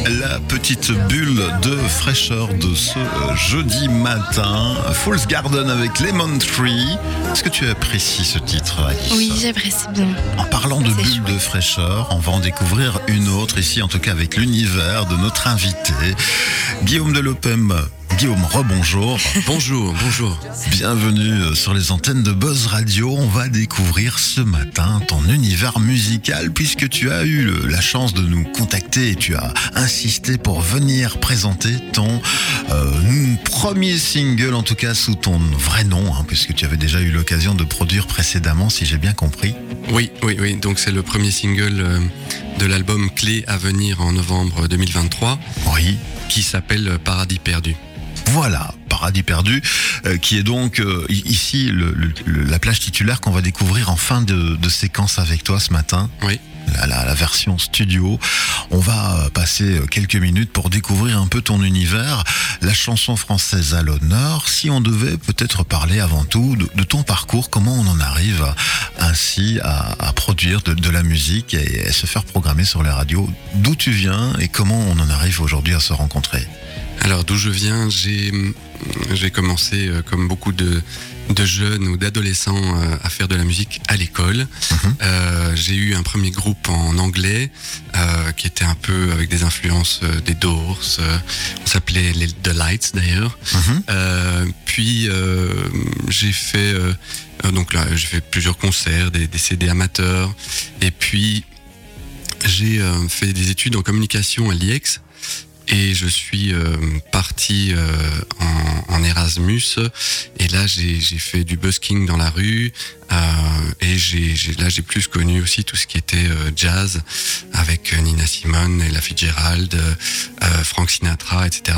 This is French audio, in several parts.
La petite bulle de fraîcheur de ce jeudi matin. Fool's Garden avec Lemon Tree. Est-ce que tu apprécies ce titre, Alice? Oui, j'apprécie bien. En parlant de C'est bulle chouette. de fraîcheur, on va en découvrir une autre ici, en tout cas avec l'univers de notre invité, Guillaume Delopem. Guillaume, rebonjour. Bonjour. Bienvenue sur les antennes de Buzz Radio. On va découvrir ce matin ton univers musical puisque tu as eu la chance de nous contacter et tu as insisté pour venir présenter ton premier single, en tout cas sous ton vrai nom, puisque tu avais déjà eu l'occasion de produire précédemment, si j'ai bien compris. Oui. Donc c'est le premier single de l'album Clé à venir en novembre 2023, Oui. qui s'appelle Paradis perdu. Voilà, Paradis perdu, qui est donc ici la plage titulaire qu'on va découvrir en fin de séquence avec toi ce matin. Oui. La version studio. On va passer quelques minutes pour découvrir un peu ton univers, la chanson française à l'honneur. Si on devait peut-être parler avant tout de ton parcours, comment on en arrive ainsi à produire de la musique et à se faire programmer sur les radios, d'où tu viens et comment on en arrive aujourd'hui à se rencontrer. Alors d'où je viens, j'ai commencé comme beaucoup de jeunes ou d'adolescents à faire de la musique à l'école. J'ai eu un premier groupe en anglais qui était un peu avec des influences des Doors. On s'appelait les The Lights d'ailleurs. Puis j'ai fait donc là j'ai fait plusieurs concerts, des CD amateurs. Et puis j'ai fait des études en communication à l'IEX. Et je suis parti en Erasmus, et là j'ai fait du busking dans la rue, et j'ai plus connu aussi tout ce qui était jazz avec Nina Simone, Ella Fitzgerald, Frank Sinatra, etc.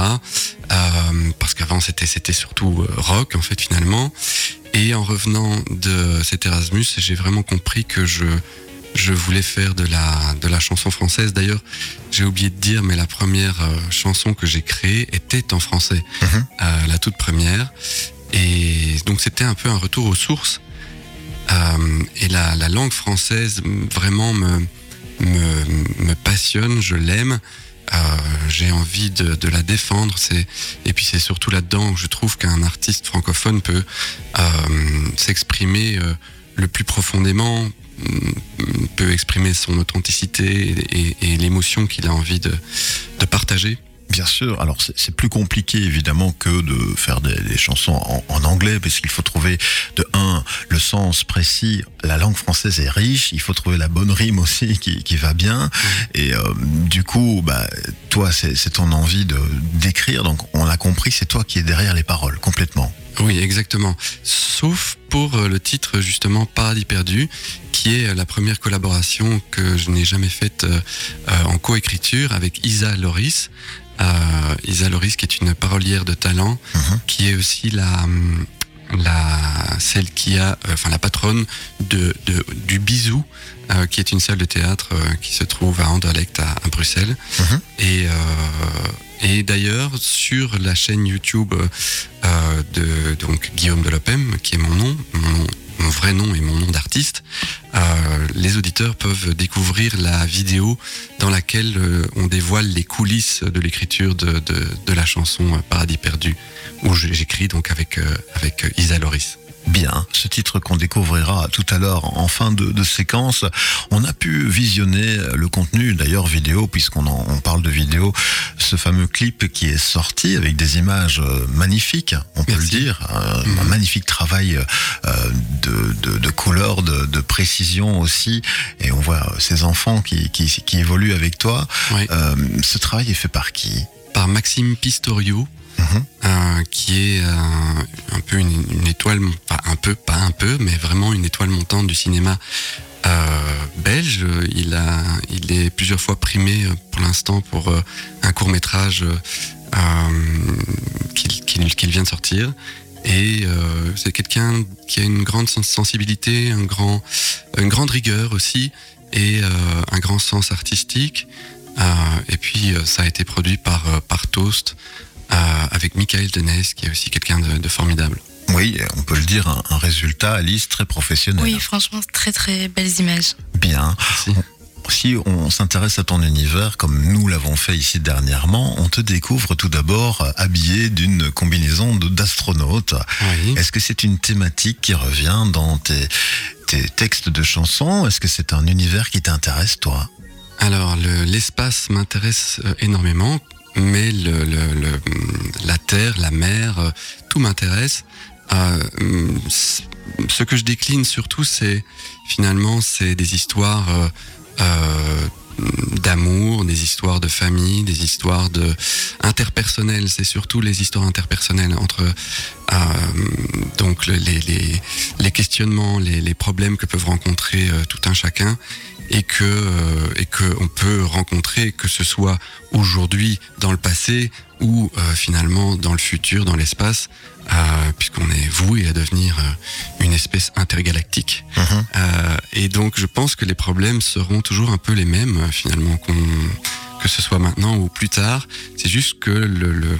Parce qu'avant c'était surtout rock en fait finalement. Et en revenant de cet Erasmus, j'ai vraiment compris que je voulais faire de la chanson française. D'ailleurs, j'ai oublié de dire, mais la première chanson que j'ai créée était en français, la toute première. Et donc c'était un peu un retour aux sources. Et la langue française vraiment me passionne, je l'aime. J'ai envie de la défendre. Et puis c'est surtout là-dedans que je trouve qu'un artiste francophone peut s'exprimer le plus profondément, peut exprimer son authenticité et l'émotion qu'il a envie de partager. Bien sûr, alors c'est plus compliqué évidemment que de faire des chansons en anglais, parce qu'il faut trouver le sens précis. La langue française est riche, il faut trouver la bonne rime aussi qui va bien. Et du coup, toi c'est ton envie d'écrire, donc on l'a compris, c'est toi qui es derrière les paroles complètement. Oui, exactement. Sauf pour le titre justement Paradis perdu, qui est la première collaboration que je n'ai jamais faite en coécriture avec Isa Loris. Isa Loris, qui est une parolière de talent, qui est aussi celle qui a, la patronne du Bisou, qui est une salle de théâtre qui se trouve à Anderlecht à Bruxelles. Et d'ailleurs, sur la chaîne YouTube de Guillaume Delopem, qui est mon vrai nom et mon nom d'artiste, les auditeurs peuvent découvrir la vidéo dans laquelle on dévoile les coulisses de l'écriture de la chanson Paradis perdu, où j'écris donc avec Isa Loris. Bien, ce titre qu'on découvrira tout à l'heure en fin de séquence. On a pu visionner le contenu, d'ailleurs vidéo, puisqu'on parle de vidéo, ce fameux clip qui est sorti avec des images magnifiques, on peut Merci. le dire, un magnifique travail de couleur, de précision aussi, et on voit ces enfants qui évoluent avec toi. Oui. Ce travail est fait par qui ? Par Maxime Pistorio, qui est un peu une étoile, pas un peu, mais vraiment une étoile montante du cinéma belge. Il est plusieurs fois primé pour l'instant pour un court-métrage qu'il vient de sortir. Et c'est quelqu'un qui a une grande sensibilité, une grande rigueur aussi, et un grand sens artistique. Et puis ça a été produit par Toast, avec Michael Denez, qui est aussi quelqu'un de formidable. Oui, on peut le dire, un résultat, Alice, très professionnel. Oui, franchement, très très belles images. Bien. Merci. si on s'intéresse à ton univers, comme nous l'avons fait ici dernièrement, on te découvre tout d'abord habillé d'une combinaison d'astronaute. Oui. Est-ce que c'est une thématique qui revient dans tes textes de chansons? Est-ce que c'est un univers qui t'intéresse, toi? Alors, l'espace m'intéresse énormément, mais la terre, la mer, tout m'intéresse. Ce que je décline surtout, c'est des histoires d'amour, des histoires de famille, des histoires interpersonnelles. C'est surtout les histoires interpersonnelles entre donc les questionnements, les problèmes que peuvent rencontrer tout un chacun. Et que on peut rencontrer, que ce soit aujourd'hui, dans le passé, ou finalement dans le futur, dans l'espace, puisqu'on est voué à devenir une espèce intergalactique. Et donc je pense que les problèmes seront toujours un peu les mêmes, finalement, que ce soit maintenant ou plus tard. C'est juste que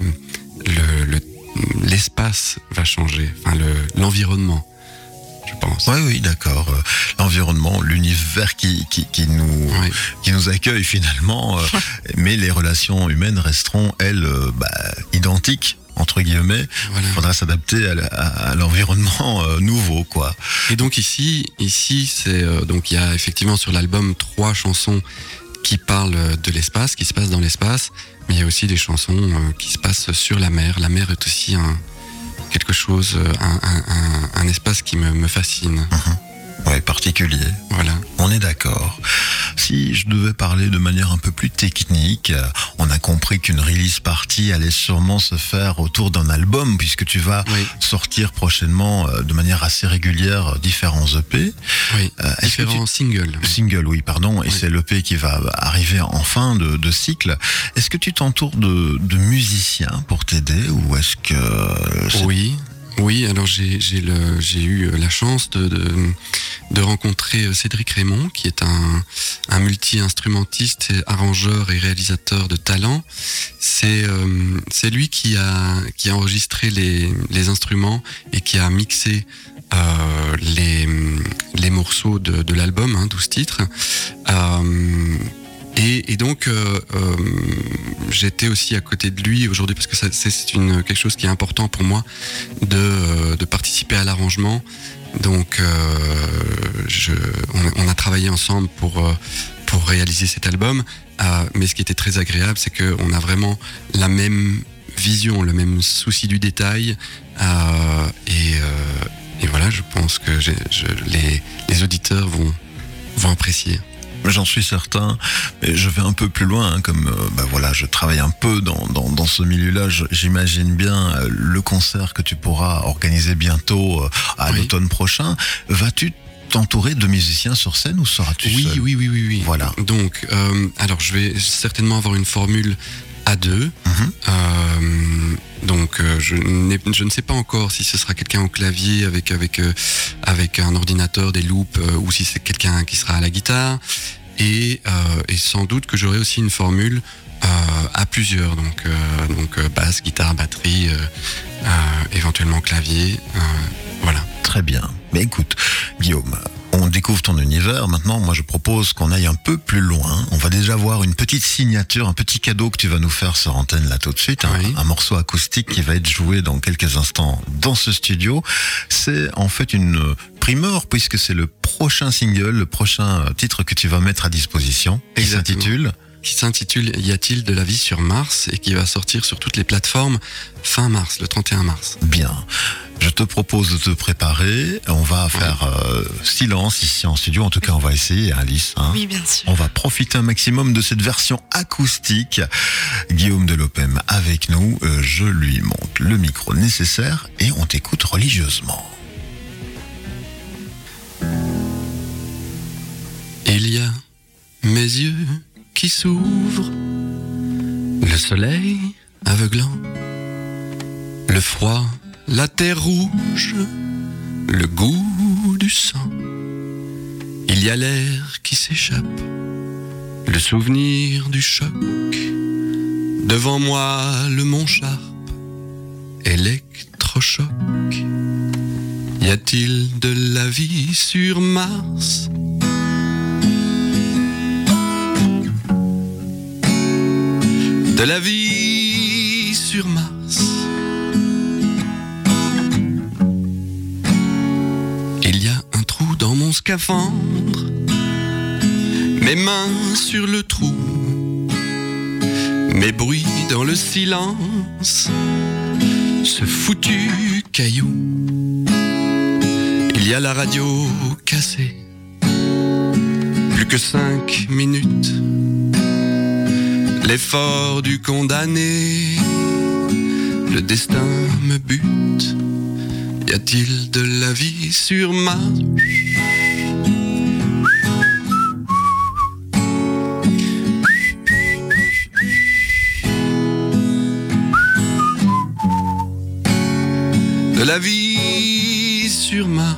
l'espace va changer, enfin l'environnement. Je pense. Oui, d'accord. L'environnement, l'univers qui nous accueille finalement, mais les relations humaines resteront, elles, identiques, entre guillemets. Voilà. Il faudra s'adapter à l'environnement nouveau, quoi. Et donc ici, c'est donc il y a effectivement sur l'album 3 chansons qui parlent de l'espace, qui se passent dans l'espace, mais il y a aussi des chansons qui se passent sur la mer. La mer est aussi quelque chose, un espace qui me fascine. Oui, particulier. Voilà. On est d'accord. Si je devais parler de manière un peu plus technique, on a compris qu'une release party allait sûrement se faire autour d'un album, puisque tu vas sortir prochainement de manière assez régulière différents EP. Oui, différents singles. Singles, oui, pardon. Et c'est l'EP qui va arriver en fin de cycle. Est-ce que tu t'entoures de musiciens pour t'aider, ou est-ce que... Oui, alors j'ai eu la chance de rencontrer Cédric Raymond, qui est un multi-instrumentiste, arrangeur et réalisateur de talent. C'est lui qui a enregistré les instruments et qui a mixé les morceaux de l'album, 12 titres. Et donc j'étais aussi à côté de lui aujourd'hui, parce que c'est quelque chose qui est important pour moi de participer à l'arrangement. Donc on a travaillé ensemble pour réaliser cet album, mais ce qui était très agréable, c'est qu'on a vraiment la même vision, le même souci du détail, et voilà, je pense que les auditeurs vont apprécier. J'en suis certain, mais je vais un peu plus loin, comme je travaille un peu dans ce milieu-là. J'imagine bien le concert que tu pourras organiser bientôt à l'automne prochain. Vas-tu t'entourer de musiciens sur scène, ou seras-tu seul? Oui. Voilà. Donc, alors je vais certainement avoir une formule à 2. Donc je ne sais pas encore si ce sera quelqu'un au clavier avec un ordinateur, des loops, ou si c'est quelqu'un qui sera à la guitare, et sans doute que j'aurai aussi une formule à plusieurs, donc basse, guitare, batterie, éventuellement clavier, voilà. Très bien. Mais écoute, Guillaume, on découvre ton univers. Maintenant, moi, je propose qu'on aille un peu plus loin. On va déjà voir une petite signature, un petit cadeau que tu vas nous faire sur antenne là tout de suite. Un morceau acoustique qui va être joué dans quelques instants dans ce studio. C'est en fait une primeur, puisque c'est le prochain single, le prochain titre que tu vas mettre à disposition. Qui s'intitule Y a-t-il de la vie sur Mars, et qui va sortir sur toutes les plateformes fin mars, le 31 mars. Bien. Je te propose de te préparer. On va faire silence ici en studio. En tout cas, on va essayer, Alice. Oui, bien sûr. On va profiter un maximum de cette version acoustique. Guillaume Delopem avec nous. Je lui monte le micro nécessaire et on t'écoute religieusement. Il y a mes yeux qui s'ouvrent, le soleil aveuglant, le froid, la terre rouge, le goût du sang. Il y a l'air qui s'échappe, le souvenir du choc. Devant moi, le mont Sharp, électrochoc. Y a-t-il de la vie sur Mars ? de la vie sur Mars. Il y a un trou dans mon scaphandre, mes mains sur le trou, mes bruits dans le silence, ce foutu caillou. Il y a la radio cassée, plus que 5 minutes. L'effort du condamné, le destin me bute. Y a-t-il de la vie sur Mars? De la vie sur Mars.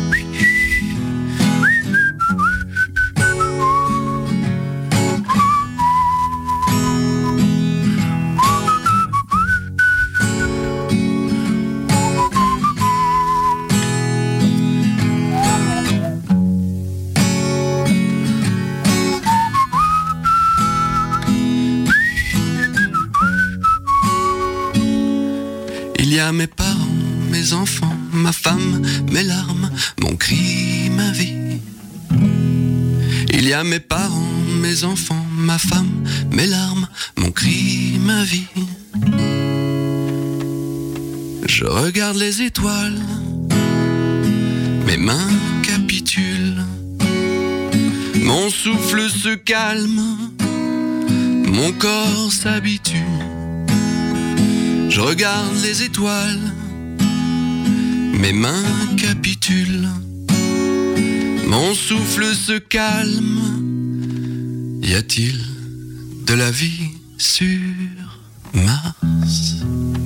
Il y a mes parents, mes enfants, ma femme, mes larmes, mon cri, ma vie. Il y a mes parents, mes enfants, ma femme, mes larmes, mon cri, ma vie. Je regarde les étoiles, mes mains capitulent, mon souffle se calme, mon corps s'habitue. Je regarde les étoiles, mes mains capitulent, mon souffle se calme. Y a-t-il de la vie sur Mars?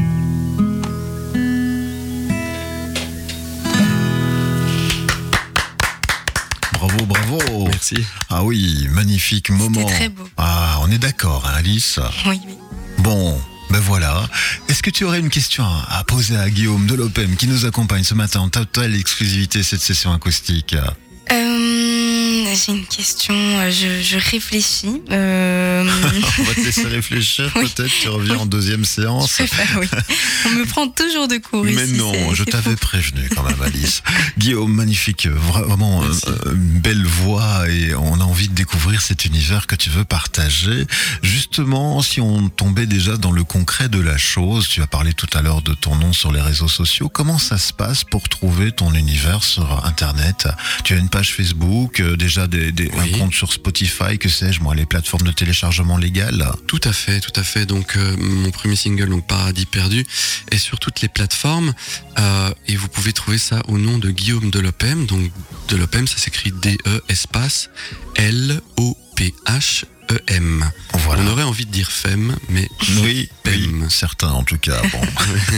Bravo, bravo. Merci. Ah oui, magnifique moment. C'était très beau. Ah, on est d'accord, hein, Alice? Oui, oui. Bon, ben voilà. Est-ce que tu aurais une question à poser à Guillaume Delopem qui nous accompagne ce matin en totale exclusivité cette session acoustique? J'ai une question, je réfléchis. On va te laisser réfléchir, Oui. peut-être tu reviens en deuxième séance. Je préfère, oui. On me prend toujours de court Mais ici. non, je c'est t'avais fou. prévenu quand même, Alice. Guillaume, magnifique, vraiment une belle voix et on a envie de découvrir cet univers que tu veux partager. Justement, si on tombait déjà dans le concret de la chose, tu as parlé tout à l'heure de ton nom sur les réseaux sociaux. Comment ça se passe pour trouver ton univers sur Internet? Tu as une page Facebook, déjà un Oui. compte sur Spotify, que sais-je moi, les plateformes de téléchargement légales. Tout à fait, tout à fait. Donc mon premier single, donc Paradis perdu, est sur toutes les plateformes et vous pouvez trouver ça au nom de Guillaume Delopem. Donc Delopem, ça s'écrit D-E espace L-O-P-H-E-M. Voilà. On aurait envie de dire femme, mais Oui, Pem. certains en tout cas. Bon.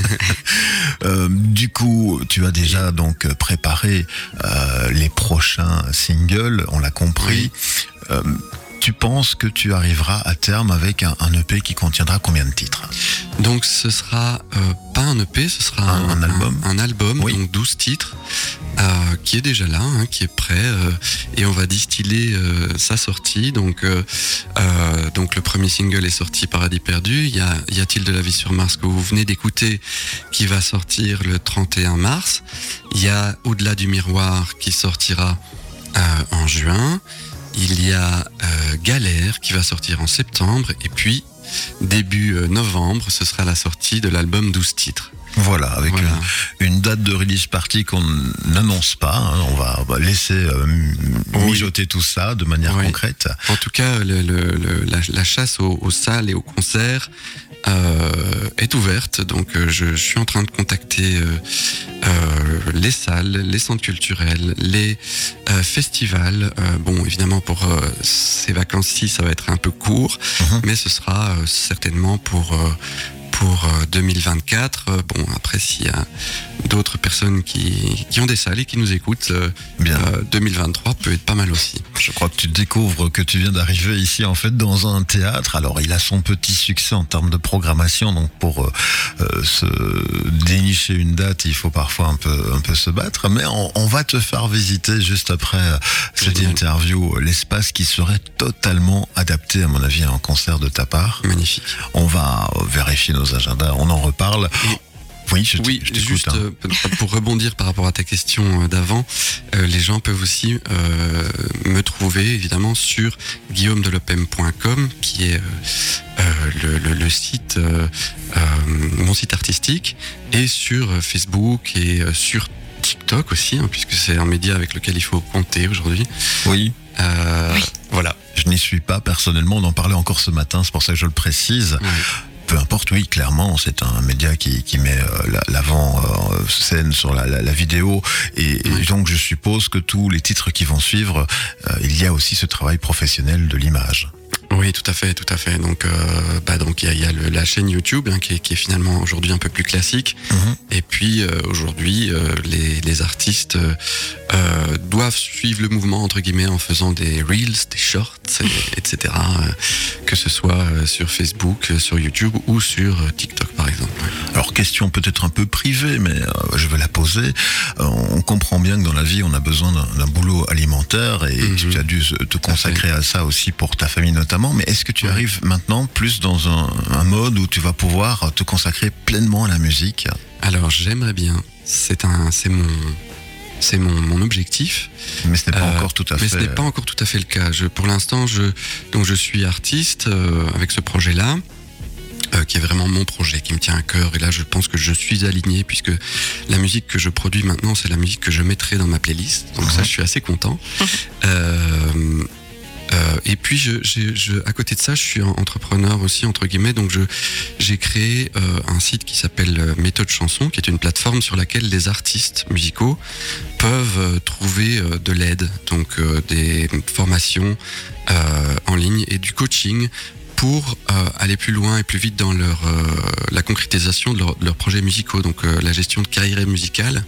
Du coup, tu as déjà donc préparé les prochains singles, on l'a compris. Tu penses que tu arriveras à terme avec un EP qui contiendra combien de titres? donc ce sera pas un EP, ce sera Un album. Un album, Oui. donc 12 titres, qui est déjà là, hein, qui est prêt, et on va distiller sa sortie. Donc le premier single est sorti, Paradis perdu. Y a-t-il de la vie sur Mars que vous venez d'écouter, qui va sortir le 31 mars. Il y a Au-delà du miroir qui sortira en juin. Il y a Galère qui va sortir en septembre, et puis début novembre, ce sera la sortie de l'album 12 titres. Voilà, avec Voilà. une date de release party qu'on n'annonce pas. Hein. On va laisser mijoter tout ça de manière Oui. concrète. En tout cas, la chasse aux salles et aux concerts est ouverte. Donc je suis en train de contacter les salles, les centres culturels, les festivals. Bon, évidemment, pour ces vacances-ci, ça va être un peu court, mais ce sera certainement pour pour 2024. Bon, après, s'il y a d'autres personnes qui ont des salles et qui nous écoutent, 2023 peut être pas mal aussi. Je crois que tu découvres que tu viens d'arriver ici en fait dans un théâtre. Alors il a son petit succès en termes de programmation, donc pour se dénicher une date, il faut parfois un peu se battre. Mais on va te faire visiter juste après cette interview l'espace qui serait totalement adapté à mon avis à un concert de ta part. Magnifique. On va vérifier nos agendas, on en reparle. Oui, je t'écoute. Juste pour rebondir par rapport à ta question d'avant, les gens peuvent aussi me trouver évidemment sur guillaumedelopem.com qui est le site, mon site artistique, et sur Facebook et sur TikTok aussi, puisque c'est un média avec lequel il faut compter aujourd'hui. Oui. Voilà. Je n'y suis pas personnellement, on en parlait encore ce matin, c'est pour ça que je le précise. Ouais. Peu importe, oui, clairement, c'est un média qui met l'avant-scène sur la vidéo. Et donc, je suppose que tous les titres qui vont suivre, il y a aussi ce travail professionnel de l'image. Oui, tout à fait. Donc il y a la chaîne YouTube qui est finalement aujourd'hui un peu plus classique. Et puis aujourd'hui, les artistes doivent suivre le mouvement entre guillemets en faisant des reels, des shorts, etc. Que ce soit sur Facebook, sur YouTube ou sur TikTok par exemple. Alors question peut-être un peu privée, mais je vais la poser. On comprend bien que dans la vie, on a besoin d'un boulot alimentaire et tu as dû te consacrer à ça aussi pour ta famille notamment. Mais est-ce que tu arrives maintenant plus dans un mode où tu vas pouvoir te consacrer pleinement à la musique ? Alors j'aimerais bien. C'est mon objectif. Mais ce n'est pas encore tout à fait. Mais ce n'est pas encore tout à fait le cas. Pour l'instant, je suis artiste avec ce projet-là. Qui est vraiment mon projet, qui me tient à cœur. Et là, je pense que je suis aligné, puisque la musique que je produis maintenant, c'est la musique que je mettrai dans ma playlist. Donc ça, je suis assez content. Et puis, à côté de ça, je suis entrepreneur aussi, entre guillemets. Donc, j'ai créé un site qui s'appelle Méthode Chanson, qui est une plateforme sur laquelle les artistes musicaux peuvent trouver de l'aide. Donc, des formations en ligne et du coaching pour aller plus loin et plus vite dans la concrétisation de leurs projets musicaux, donc la gestion de carrière musicale.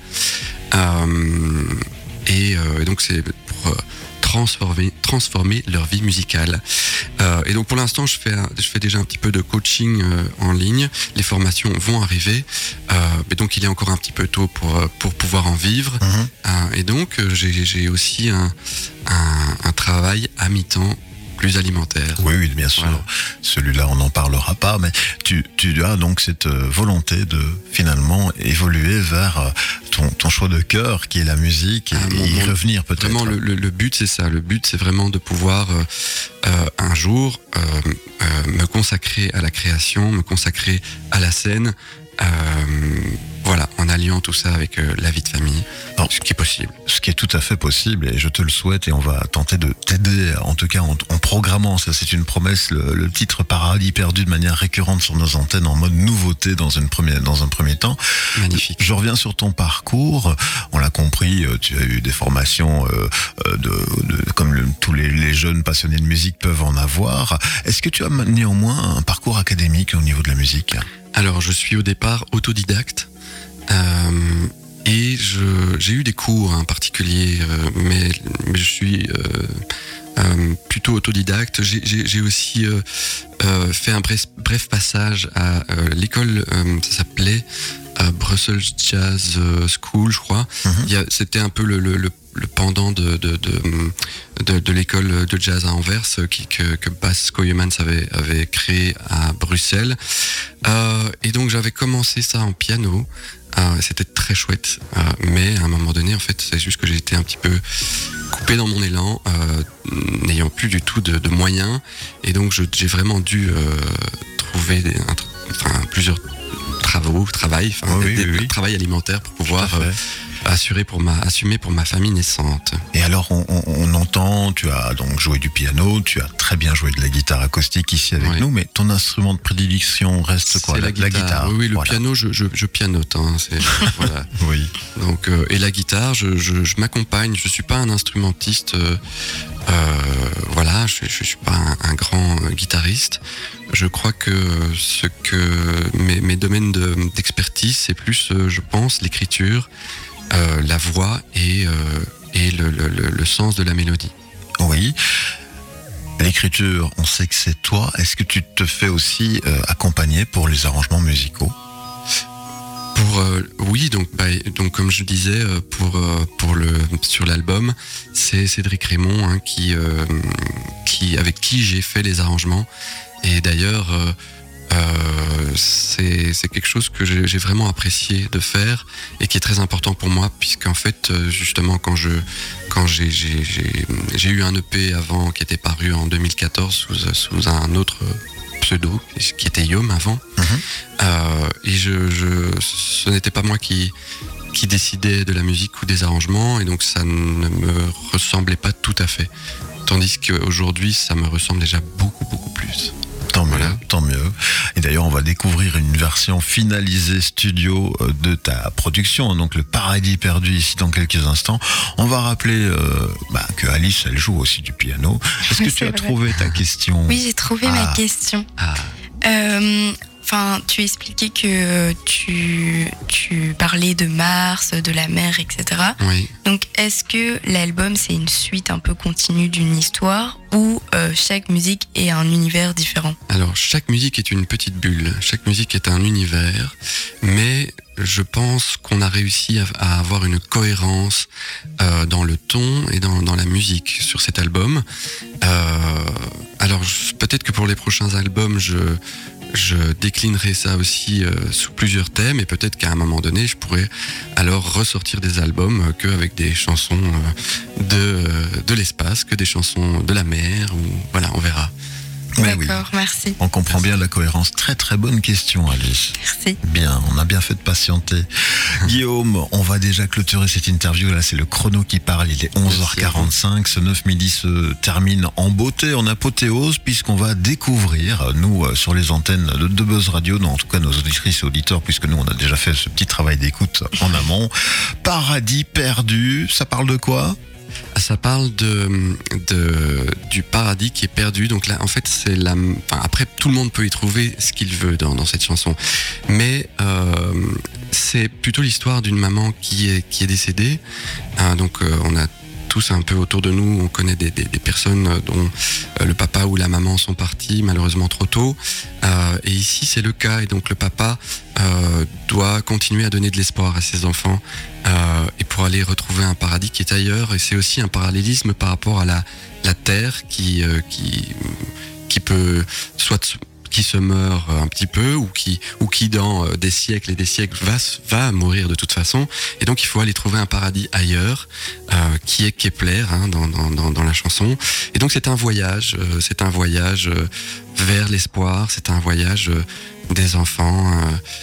Et donc c'est pour transformer leur vie musicale. Et donc pour l'instant, je fais déjà un petit peu de coaching en ligne. Les formations vont arriver, mais donc il est encore un petit peu tôt pour pouvoir en vivre. Et donc j'ai aussi un travail à mi-temps plus alimentaire. Oui, bien sûr. Voilà. Celui-là, on n'en parlera pas, mais tu as donc cette volonté de finalement évoluer vers ton choix de cœur, qui est la musique, et y revenir peut-être. Vraiment, le but, c'est ça. Le but, c'est vraiment de pouvoir un jour me consacrer à la création, me consacrer à la scène, voilà, en alliant tout ça avec la vie de famille. Alors, ce qui est possible. Ce qui est tout à fait possible, et je te le souhaite, et on va tenter de t'aider, en tout cas en programmant, ça c'est une promesse, le titre Paradis perdu de manière récurrente sur nos antennes en mode nouveauté dans un premier temps. Magnifique. Je reviens sur ton parcours, on l'a compris, tu as eu des formations comme tous les jeunes passionnés de musique peuvent en avoir. Est-ce que tu as néanmoins un parcours académique au niveau de la musique ? Alors, je suis au départ autodidacte et j'ai eu des cours particuliers, mais je suis plutôt autodidacte. J'ai aussi fait un bref passage à l'école, ça s'appelait Brussels Jazz School, je crois. C'était un peu le pendant de l'école de jazz à Anvers que Bas Koyemans avait créé à Bruxelles. Et donc j'avais commencé ça en piano. C'était très chouette, mais à un moment donné, en fait, c'est juste que j'ai été un petit peu coupé dans mon élan, n'ayant plus du tout de moyens, et donc j'ai vraiment dû trouver plusieurs travail alimentaire pour pouvoir assumer pour ma famille naissante. Et alors, on entend, tu as donc joué du piano, tu as très bien joué de la guitare acoustique ici avec nous, mais ton instrument de prédilection reste quoi? C'est la guitare. Oui, le piano, je pianote. Hein, voilà. Oui. Donc, et la guitare, je m'accompagne. Je suis pas un instrumentiste. Voilà, je suis pas un grand guitariste. Je crois que mes domaines d'expertise, c'est plus, je pense, l'écriture, la voix et le sens de la mélodie. Oui. L'écriture, on sait que c'est toi. Est-ce que tu te fais aussi accompagner pour les arrangements musicaux? Oui, donc comme je disais, sur l'album, c'est Cédric Raymond hein, avec qui j'ai fait les arrangements. Et d'ailleurs, c'est quelque chose que j'ai vraiment apprécié de faire et qui est très important pour moi, puisqu'en fait, justement, quand j'ai eu un EP avant qui était paru en 2014 sous un autre pseudo qui était Yom avant, et ce n'était pas moi qui décidais de la musique ou des arrangements, et donc ça ne me ressemblait pas tout à fait. Tandis qu'aujourd'hui, ça me ressemble déjà beaucoup, beaucoup plus. Tant mieux, tant mieux. Et d'ailleurs, on va découvrir une version finalisée studio de ta production, donc le Paradis perdu ici dans quelques instants. On va rappeler que Alice, elle joue aussi du piano. Est-ce que tu as trouvé ta question? Oui, j'ai trouvé ma question. Tu expliquais que tu parlais de Mars, de la mer, etc. Oui. Donc, est-ce que l'album, c'est une suite un peu continue d'une histoire ou chaque musique est un univers différent? Alors, chaque musique est une petite bulle. Chaque musique est un univers. Mais je pense qu'on a réussi à avoir une cohérence dans le ton et dans la musique sur cet album. Alors, peut-être que pour les prochains albums, je déclinerai ça aussi sous plusieurs thèmes, et peut-être qu'à un moment donné, je pourrais alors ressortir des albums qu'avec des chansons de l'espace, que des chansons de la mer, ou voilà, on verra. D'accord, merci. On comprend bien la cohérence. Très très bonne question, Alice. Merci. Bien, on a bien fait de patienter. Guillaume, on va déjà clôturer cette interview. Là, c'est le chrono qui parle. Il est 11h45. Ce 9 midi se termine en beauté, en apothéose, puisqu'on va découvrir, nous, sur les antennes de Buzz Radio, en tout cas nos auditrices et auditeurs, puisque nous, on a déjà fait ce petit travail d'écoute en amont. Paradis perdu, ça parle de quoi ? Ça parle du paradis qui est perdu. Donc là, en fait, après, tout le monde peut y trouver ce qu'il veut dans cette chanson. Mais c'est plutôt l'histoire d'une maman qui est décédée. Donc, on a tous un peu autour de nous, on connaît des personnes dont le papa ou la maman sont partis malheureusement trop tôt. Et ici, c'est le cas. Et donc, le papa doit continuer à donner de l'espoir à ses enfants et pour aller retrouver un paradis qui est ailleurs. Et c'est aussi un parallélisme par rapport à la terre qui peut soit qui se meurt un petit peu ou qui dans des siècles et des siècles va mourir de toute façon, et donc il faut aller trouver un paradis ailleurs qui est Kepler dans la chanson. Et donc c'est un voyage vers l'espoir, c'est un voyage des enfants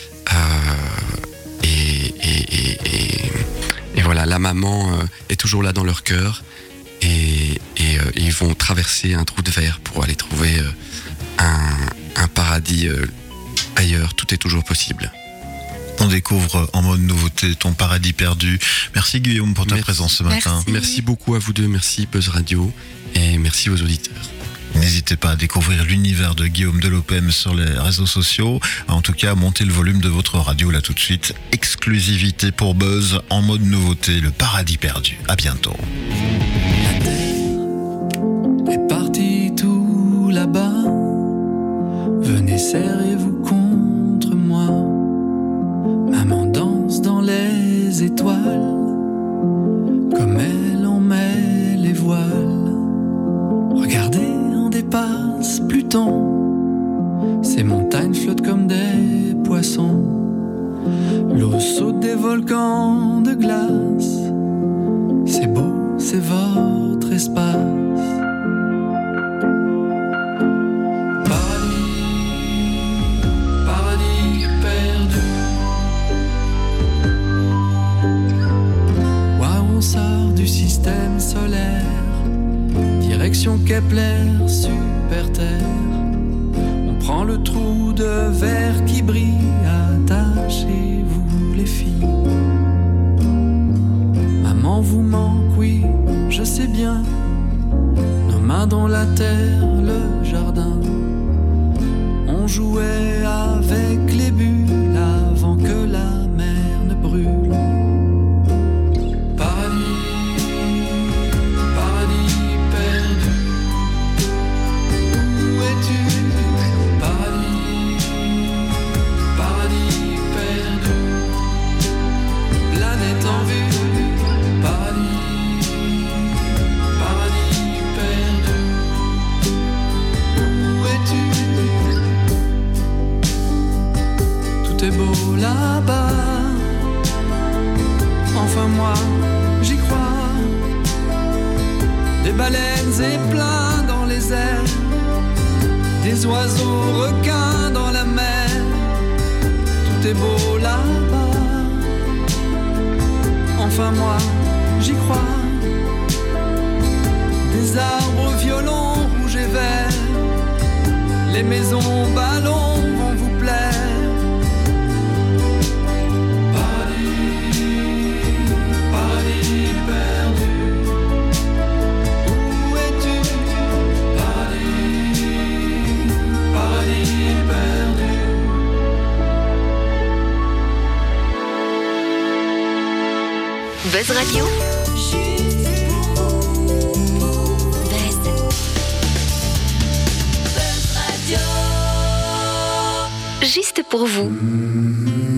et voilà, la maman est toujours là dans leur cœur, et ils vont traverser un trou de verre pour aller trouver un paradis ailleurs. Tout est toujours possible. On découvre en mode nouveauté ton Paradis perdu. Merci Guillaume pour ta présence ce matin. Merci beaucoup à vous deux, merci Buzz Radio, et merci aux auditeurs. N'hésitez pas à découvrir l'univers de Guillaume Delopem sur les réseaux sociaux. En tout cas, montez le volume de votre radio là tout de suite. Exclusivité pour Buzz en mode nouveauté, le Paradis perdu. À bientôt. La terre est partie tout là-bas. Venez, serrez-vous contre moi. Maman danse dans les étoiles, comme elle en met les voiles. Regardez, on dépasse Pluton. Ces montagnes flottent comme des poissons. L'eau saute des volcans de glace. C'est beau, c'est votre espace. Paradis perdu. Kepler, super terre. On prend le trou de verre qui brille. Attachez-vous les filles. Maman vous manque, oui, je sais bien. Nos mains dans la terre, le jardin. On jouait avec les bulles avant que la mer ne brûle. C'est beau là-bas. Enfin moi, j'y crois. Des baleines et plein dans les airs. Des oiseaux requins dans la mer. Tout est beau là-bas. Enfin moi, j'y crois. Des arbres violons rouges et verts. Les maisons ballons vont vous plaire. Buzz Radio. Juste pour vous.